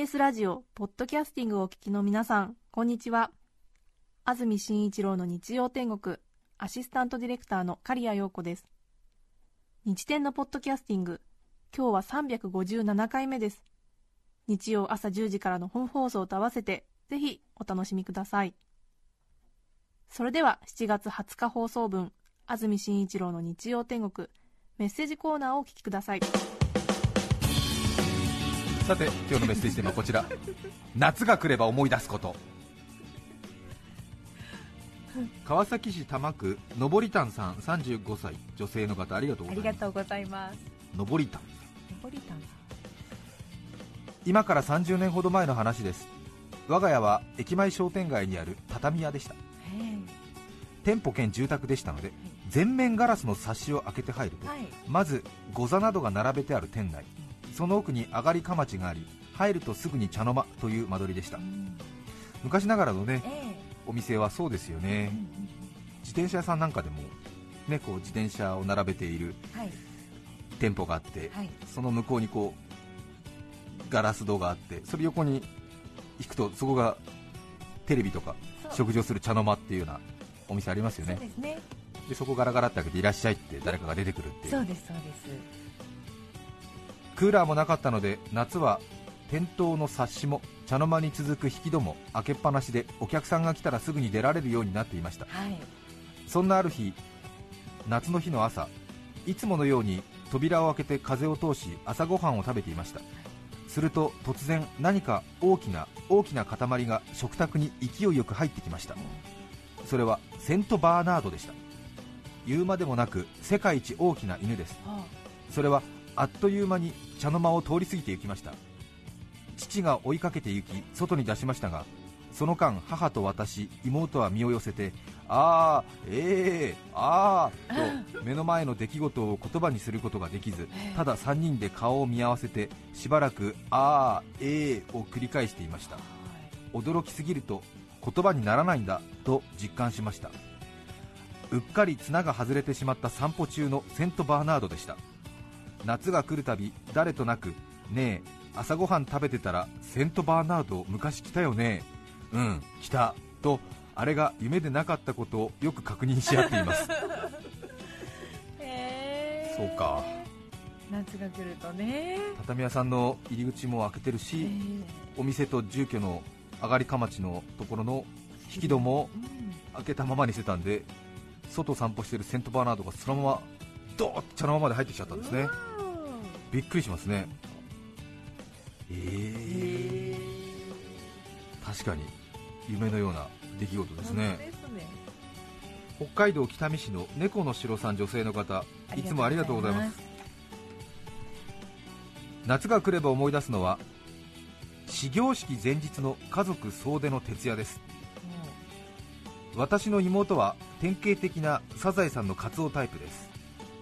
TBS ラジオポッドキャスティングをお聞きの皆さん、こんにちは。安住紳一郎の日曜天国アシスタントディレクターの刈谷陽子です。日天のポッドキャスティング、今日は357回目です。日曜朝10時からの本放送と合わせてぜひお楽しみください。それでは7月20日放送分、安住紳一郎の日曜天国メッセージコーナーをお聞きください。 さて今日のメッセージテーマはこちら夏が来れば思い出すこと。川崎市多摩区のぼりたんさん、35歳女性の方、ありがとうございます。 ありがとうございます。 のぼりたん今から30年ほど前の話です。我が家は駅前商店街にある畳屋でした。店舗兼住宅でしたので、全面ガラスのサッシを開けて入ると、まず御座などが並べてある店内、その奥に上がりかまちがあり、入るとすぐに茶の間という間取りでした。昔ながらのね、お店はそうですよね。自転車屋さんなんかでも、ね、こう自転車を並べている店舗があって、その向こうにこうガラス戸があって、それ横に行くとそこがテレビとか食事をする茶の間っていうようなお店ありますよね。そうですね。でそこガラガラって開けていらっしゃいって誰かが出てくるっていう。 そうですそうです。 クーラーもなかったので、夏は店頭のサッシも茶の間に続く引き戸も開けっぱなしで、お客さんが来たらすぐに出られるようになっていました。そんなある日、夏の日の朝、いつものように扉を開けて風を通し朝ごはんを食べていました。すると突然、何か大きな塊が食卓に勢いよく入ってきました。それはセントバーナードでした。言うまでもなく世界一大きな犬です。それはあっという間に茶の間を通り過ぎて行きました。父が追いかけて行き外に出しましたが、その間母と私、妹は身を寄せて、あーあーと目の前の出来事を言葉にすることができず、ただ3人で顔を見合わせてしばらくあーを繰り返していました。驚きすぎると言葉にならないんだと実感しました。うっかり綱が外れてしまった散歩中のセントバーナードでした。夏が来るたび誰となく、ねえ朝ごはん食べてたらセントバーナード昔来たよね、うん来たと、あれが夢でなかったことをよく確認し合っています。そうか、 夏が来るとね、 畳屋さんの入り口も開けてるし、お店と住居の上がりかまちのところの引き戸も開けたままにしてたんで、外散歩してるセントバーナードがそのままドーッと茶の間まで入ってきちゃったんですね。びっくりしますね。確かに夢のような出来事ですね。北海道北見市の猫の城さん、女性の方、いつもありがとうございます。夏が来れば思い出すのは始業式前日の家族総出の徹夜です。私の妹は典型的なサザエさんのカツオタイプです。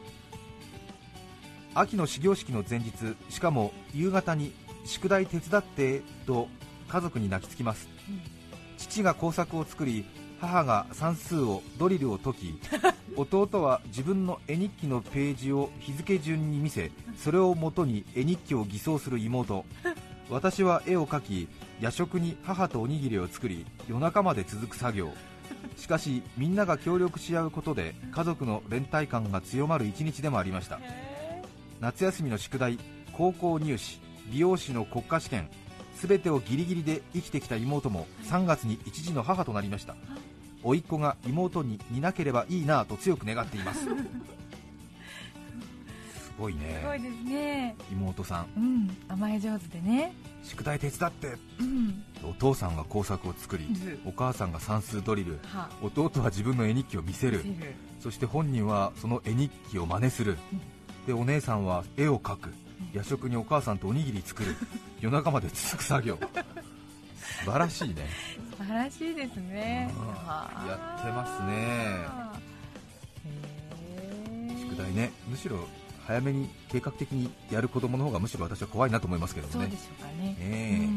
秋の始業式の前日、しかも夕方に宿題手伝ってと家族に泣きつきます。父が工作を作り、母が算数をドリルを解き、弟は自分の絵日記のページを日付順に見せ、それをもとに絵日記を偽装する妹、私は絵を描き、夜食に母とおにぎりを作り、夜中まで続く作業。しかしみんなが協力し合うことで家族の連帯感が強まる一日でもありました。夏休みの宿題、高校入試、美容師の国家試験、全てをギリギリで生きてきた妹も3月に一児の母となりました。甥っ子が妹に似なければいいなと強く願っています。すごいね。 すごいですね。 妹さん、 甘え上手でね。 宿題手伝って、お父さんが工作を作り、お母さんが算数ドリル、弟は自分の絵日記を見せる、そして本人はその絵日記を真似する、でお姉さんは絵を描く、夜食にお母さんとおにぎり作る、夜中まで続く作業。素晴らしいね。 素晴らしいですね。 やってますね。宿題ね、むしろ早めに計画的にやる子供の方がむしろ私は怖いなと思いますけどね。 そうでしょうかね。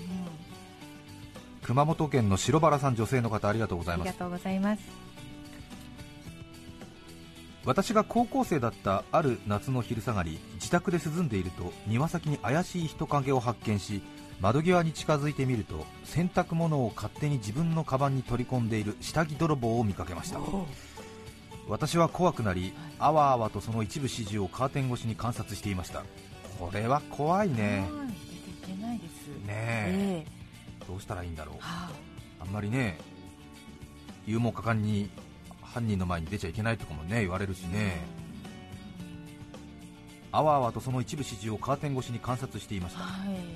熊本県の白原さん、女性の方、ありがとうございます。 ありがとうございます。 私が高校生だったある夏の昼下がり、自宅で涼んでいると庭先に怪しい人影を発見し、 窓際に近づいてみると、洗濯物を勝手に自分のカバンに取り込んでいる下着泥棒を見かけました。私は怖くなり、あわあわとその一部始終をカーテン越しに観察していました。これは怖いね。 出ていけないですねどうしたらいいんだろう。あんまりね、勇猛果敢に犯人の前に出ちゃいけないとかもね言われるしね。あわあわとその一部始終をカーテン越しに観察していました、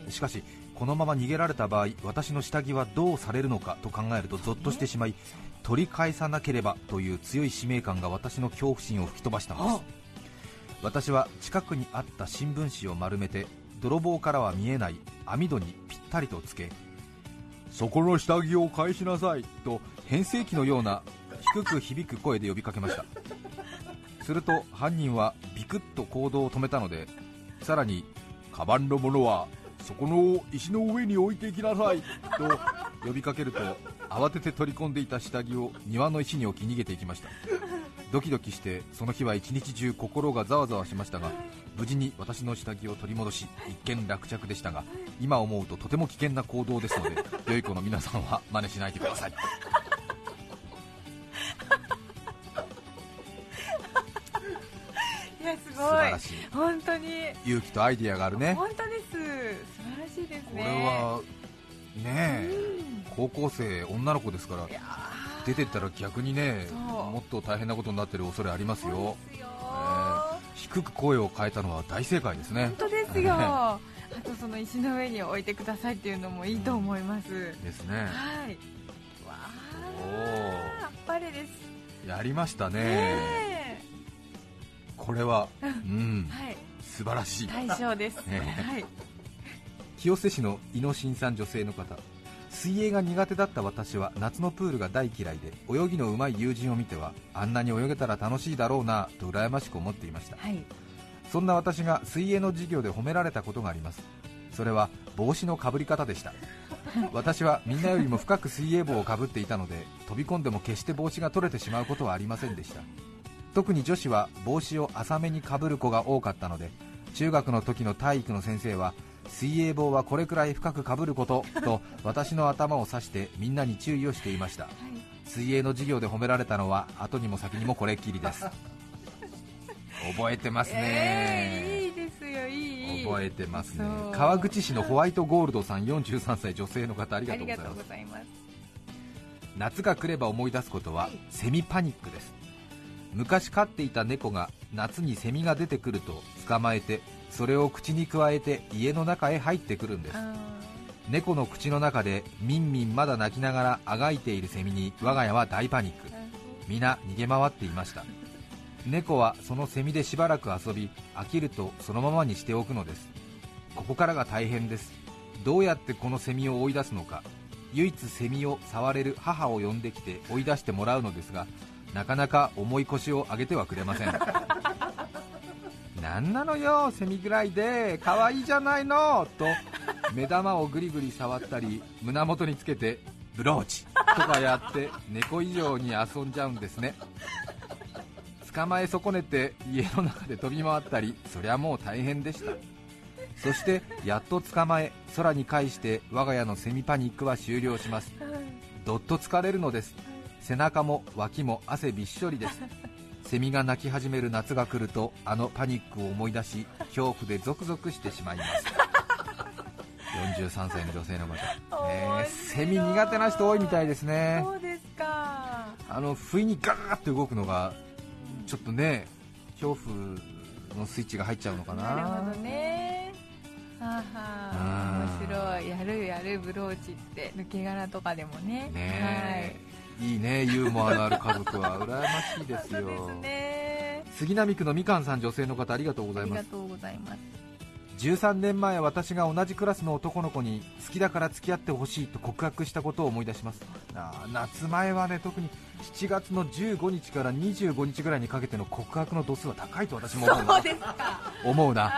しかしこのまま逃げられた場合、私の下着はどうされるのかと考えるとゾッとしてしまい、取り返さなければという強い使命感が私の恐怖心を吹き飛ばしたのです。私は近くにあった新聞紙を丸めて、泥棒からは見えない網戸にぴったりとつけ、そこの下着を返しなさいと変声機のような低く響く声で呼びかけました。すると犯人はビクッと行動を止めたので、さらにカバンのものはそこの石の上に置いていきなさいと呼びかけると、慌てて取り込んでいた下着を庭の石に置き逃げていきました。ドキドキしてその日は一日中心がざわざわしましたが、無事に私の下着を取り戻し一件落着でしたが、今思うととても危険な行動ですので、良い子の皆さんは真似しないでください。 いや、すごい、 素晴らしい。 本当に勇気とアイディアがあるね。 本当です、素晴らしいですね。 これはね高校生女の子ですから、出てったら逆にね、もっと大変なことになってる恐れありますよ。低く声を変えたのは大正解ですね。 本当ですよ。あとその石の上に置いてくださいっていうのもいいと思います。 ですね。 はい。わあ、あっぱれです。 やりましたね。これは、はい、素晴らしい。 大賞です。はい。 清瀬市の井野新さん、女性の方。水泳が苦手だった私は夏のプールが大嫌いで、泳ぎの上手い友人を見てはあんなに泳げたら楽しいだろうなと羨ましく思っていました、はい、そんな私が水泳の授業で褒められたことがあります。それは帽子のかぶり方でした。私はみんなよりも深く水泳帽をかぶっていたので、飛び込んでも決して帽子が取れてしまうことはありませんでした。特に女子は帽子を浅めにかぶる子が多かったので、中学の時の体育の先生は水泳帽はこれくらい深くかぶることと私の頭を指してみんなに注意をしていました、はい、水泳の授業で褒められたのは後にも先にもこれっきりです。覚えてますね、 いいですよ、いい覚えてますね。川口市のホワイトゴールドさん、43歳女性の方、ありがとうございます。夏が来れば思い出すことは、セミパニックです。昔飼っていた猫が夏にセミが出てくると捕まえて、それを口にくわえて家の中へ入ってくるんです。猫の口の中でミンミンまだ鳴きながらあがいているセミに我が家は大パニック。皆逃げ回っていました。猫はそのセミでしばらく遊び、飽きるとそのままにしておくのです。ここからが大変です。どうやってこのセミを追い出すのか。唯一セミを触れる母を呼んできて追い出してもらうのですが、なかなか重い腰を上げてはくれません。なんなのよ、セミぐらいで可愛いじゃないのと目玉をぐりぐり触ったり、胸元につけてブローチとかやって猫以上に遊んじゃうんですね。捕まえ損ねて家の中で飛び回ったり、そりゃもう大変でした。そしてやっと捕まえ空に返して我が家のセミパニックは終了します。どっと疲れるのです。背中も脇も汗びっしょりです。セミが鳴き始める夏が来るとあのパニックを思い出し、恐怖でゾクゾクしてしまいます。43歳の女性の方、セミ苦手な人多いみたいですね。 そうですか。 不意にガーッと動くのがちょっとね、恐怖のスイッチが入っちゃうのかな。 なるほどね。はは、面白い。やるブローチって抜け殻とかでもね。 はい、いいね、ユーモアのある家族は羨ましいですよ。 そうですね。 杉並区のみかんさん、女性の方、ありがとうございます。 ありがとうございます。 13年前、私が同じクラスの男の子に好きだから付き合ってほしいと告白したことを思い出します。夏前はね、特に7月の15日から25日ぐらいにかけての告白の度数は高いと私も思うな。 そうですか。 思うな。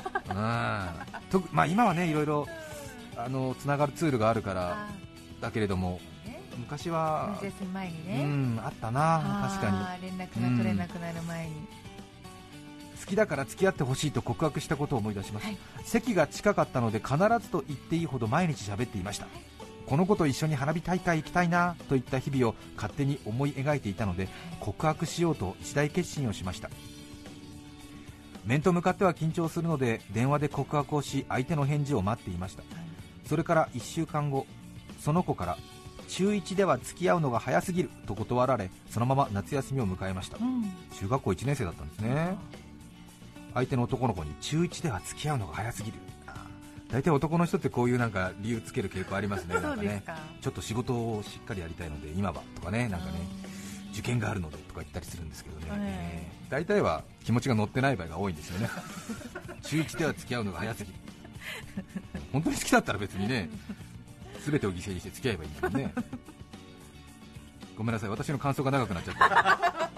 今はね、いろいろつながるツールがあるからだけれども、昔は夏休み前にね、 あったな、確かに。 連絡が取れなくなる前に。 好きだから付き合ってほしいと告白したことを思い出します、 はい、 席が近かったので必ずと言っていいほど毎日喋っていました。この子と一緒に花火大会行きたいなといった日々を勝手に思い描いていたので、告白しようと一大決心をしました。面と向かっては緊張するので電話で告白をし、相手の返事を待っていました。それから1週間後、その子から中1では付き合うのが早すぎると断られ、そのまま夏休みを迎えました、中学校1年生だったんですね。相手の男の子に中1では付き合うのが早すぎる。大体男の人ってこういうなんか理由つける傾向ありますね。なんかね、ちょっと仕事をしっかりやりたいので今はとかね、なんかね、受験があるのでとか言ったりするんですけどね、大体は気持ちが乗ってない場合が多いんですよね中1では付き合うのが早すぎる本当に好きだったら別にね、全てを犠牲にして付き合えばいいんだもんねごめんなさい、私の感想が長くなっちゃった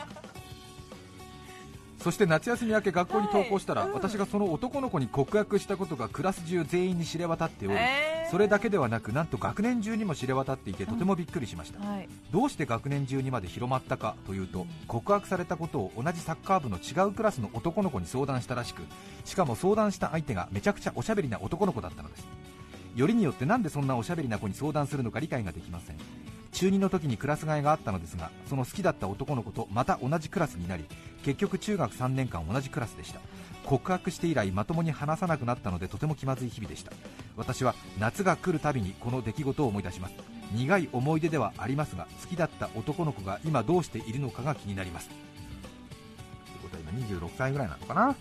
そして夏休み明け学校に登校したら、私がその男の子に告白したことがクラス中全員に知れ渡っており、それだけではなくなんと学年中にも知れ渡っていて、とてもびっくりしました、どうして学年中にまで広まったかというと、告白されたことを同じサッカー部の違うクラスの男の子に相談したらしく、しかも相談した相手がめちゃくちゃおしゃべりな男の子だったのです。よりによってなんでそんなおしゃべりな子に相談するのか理解ができません。中2の時にクラス替えがあったのですが、その好きだった男の子とまた同じクラスになり、結局中学3年間同じクラスでした。告白して以来まともに話さなくなったので、とても気まずい日々でした。私は夏が来るたびにこの出来事を思い出します。苦い思い出ではありますが、好きだった男の子が今どうしているのかが気になります。ということは今26歳ぐらいなのかな。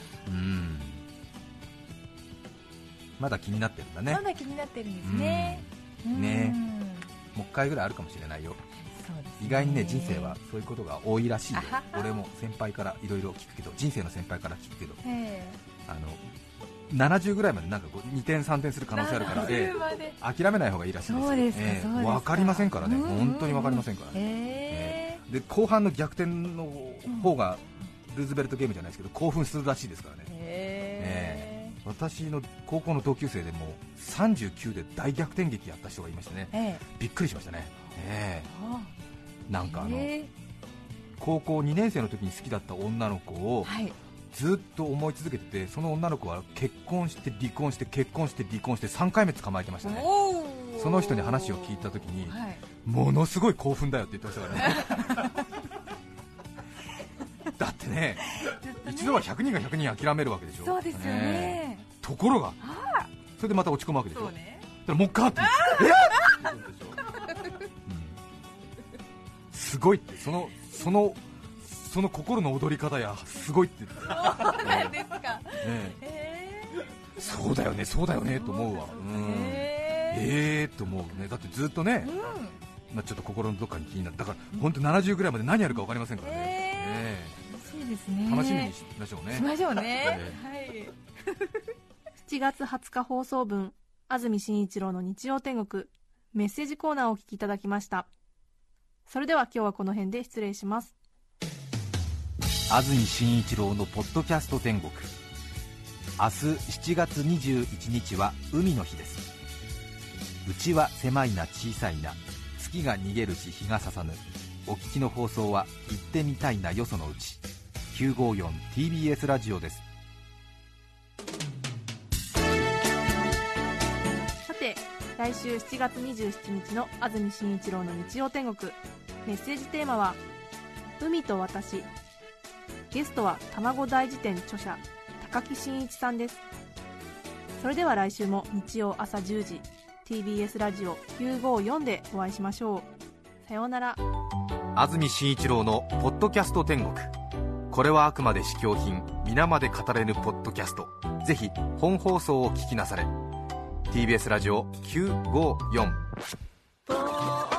まだ気になってるんだね。 まだ気になってるんですね。 もう一回ぐらいあるかもしれないよ。 そうですね、 意外にね、人生はそういうことが多いらしいよ。俺も先輩からいろいろ聞くけど、人生の先輩から聞くけど、70ぐらいまでなんかこう2点3点する可能性あるから、諦めない方がいいらしいですよ。分かりませんからね、本当に分かりませんからね。で後半の逆転の方がルーズベルトゲームじゃないですけど興奮するらしいですからね。私の高校の同級生でも39で大逆転劇やった人がいましてね、びっくりしましたね。なんか高校2年生の時に好きだった女の子をずっと思い続けてて、その女の子は結婚して離婚して結婚して離婚して3回目捕まえてましたね。その人に話を聞いた時に、ものすごい興奮だよって言ってましたからねだってね、一度は100人が100人諦めるわけでしょ。 そうですよね。 ところがそれでまた落ち込むわけでしょ。だからもう一回ってすごいって、その心の踊り方やすごいってそうなんですか。 そうだよねそうだよねと思うわ。と思うね。だってずっとね、ちょっと心のどっかに気になって、だから本当70ぐらいまで何やるか分かりませんからね。 楽しいですね。 楽しみにしましょうね。 しましょうね。7月20日放送分、安住紳一郎の日曜天国、メッセージコーナーをお聞きいただきました。それでは今日はこの辺で失礼します。 安住紳一郎のポッドキャスト天国、明日7月21日は海の日です。うちは狭いな小さいな、月が逃げるし日が差さぬ。お聞きの放送は行ってみたいなよそのうち 954TBS ラジオです。 さて、来週7月27日の安住紳一郎の日曜天国、メッセージテーマは海と私。ゲストは卵大辞典著者高木真一さんです。それでは来週も日曜朝10時 TBS ラジオ954でお会いしましょう。さようなら。 安住紳一郎のポッドキャスト天国、これはあくまで試供品、皆まで語れぬポッドキャスト。ぜひ本放送を聞きなされ。 TBS ラジオ954。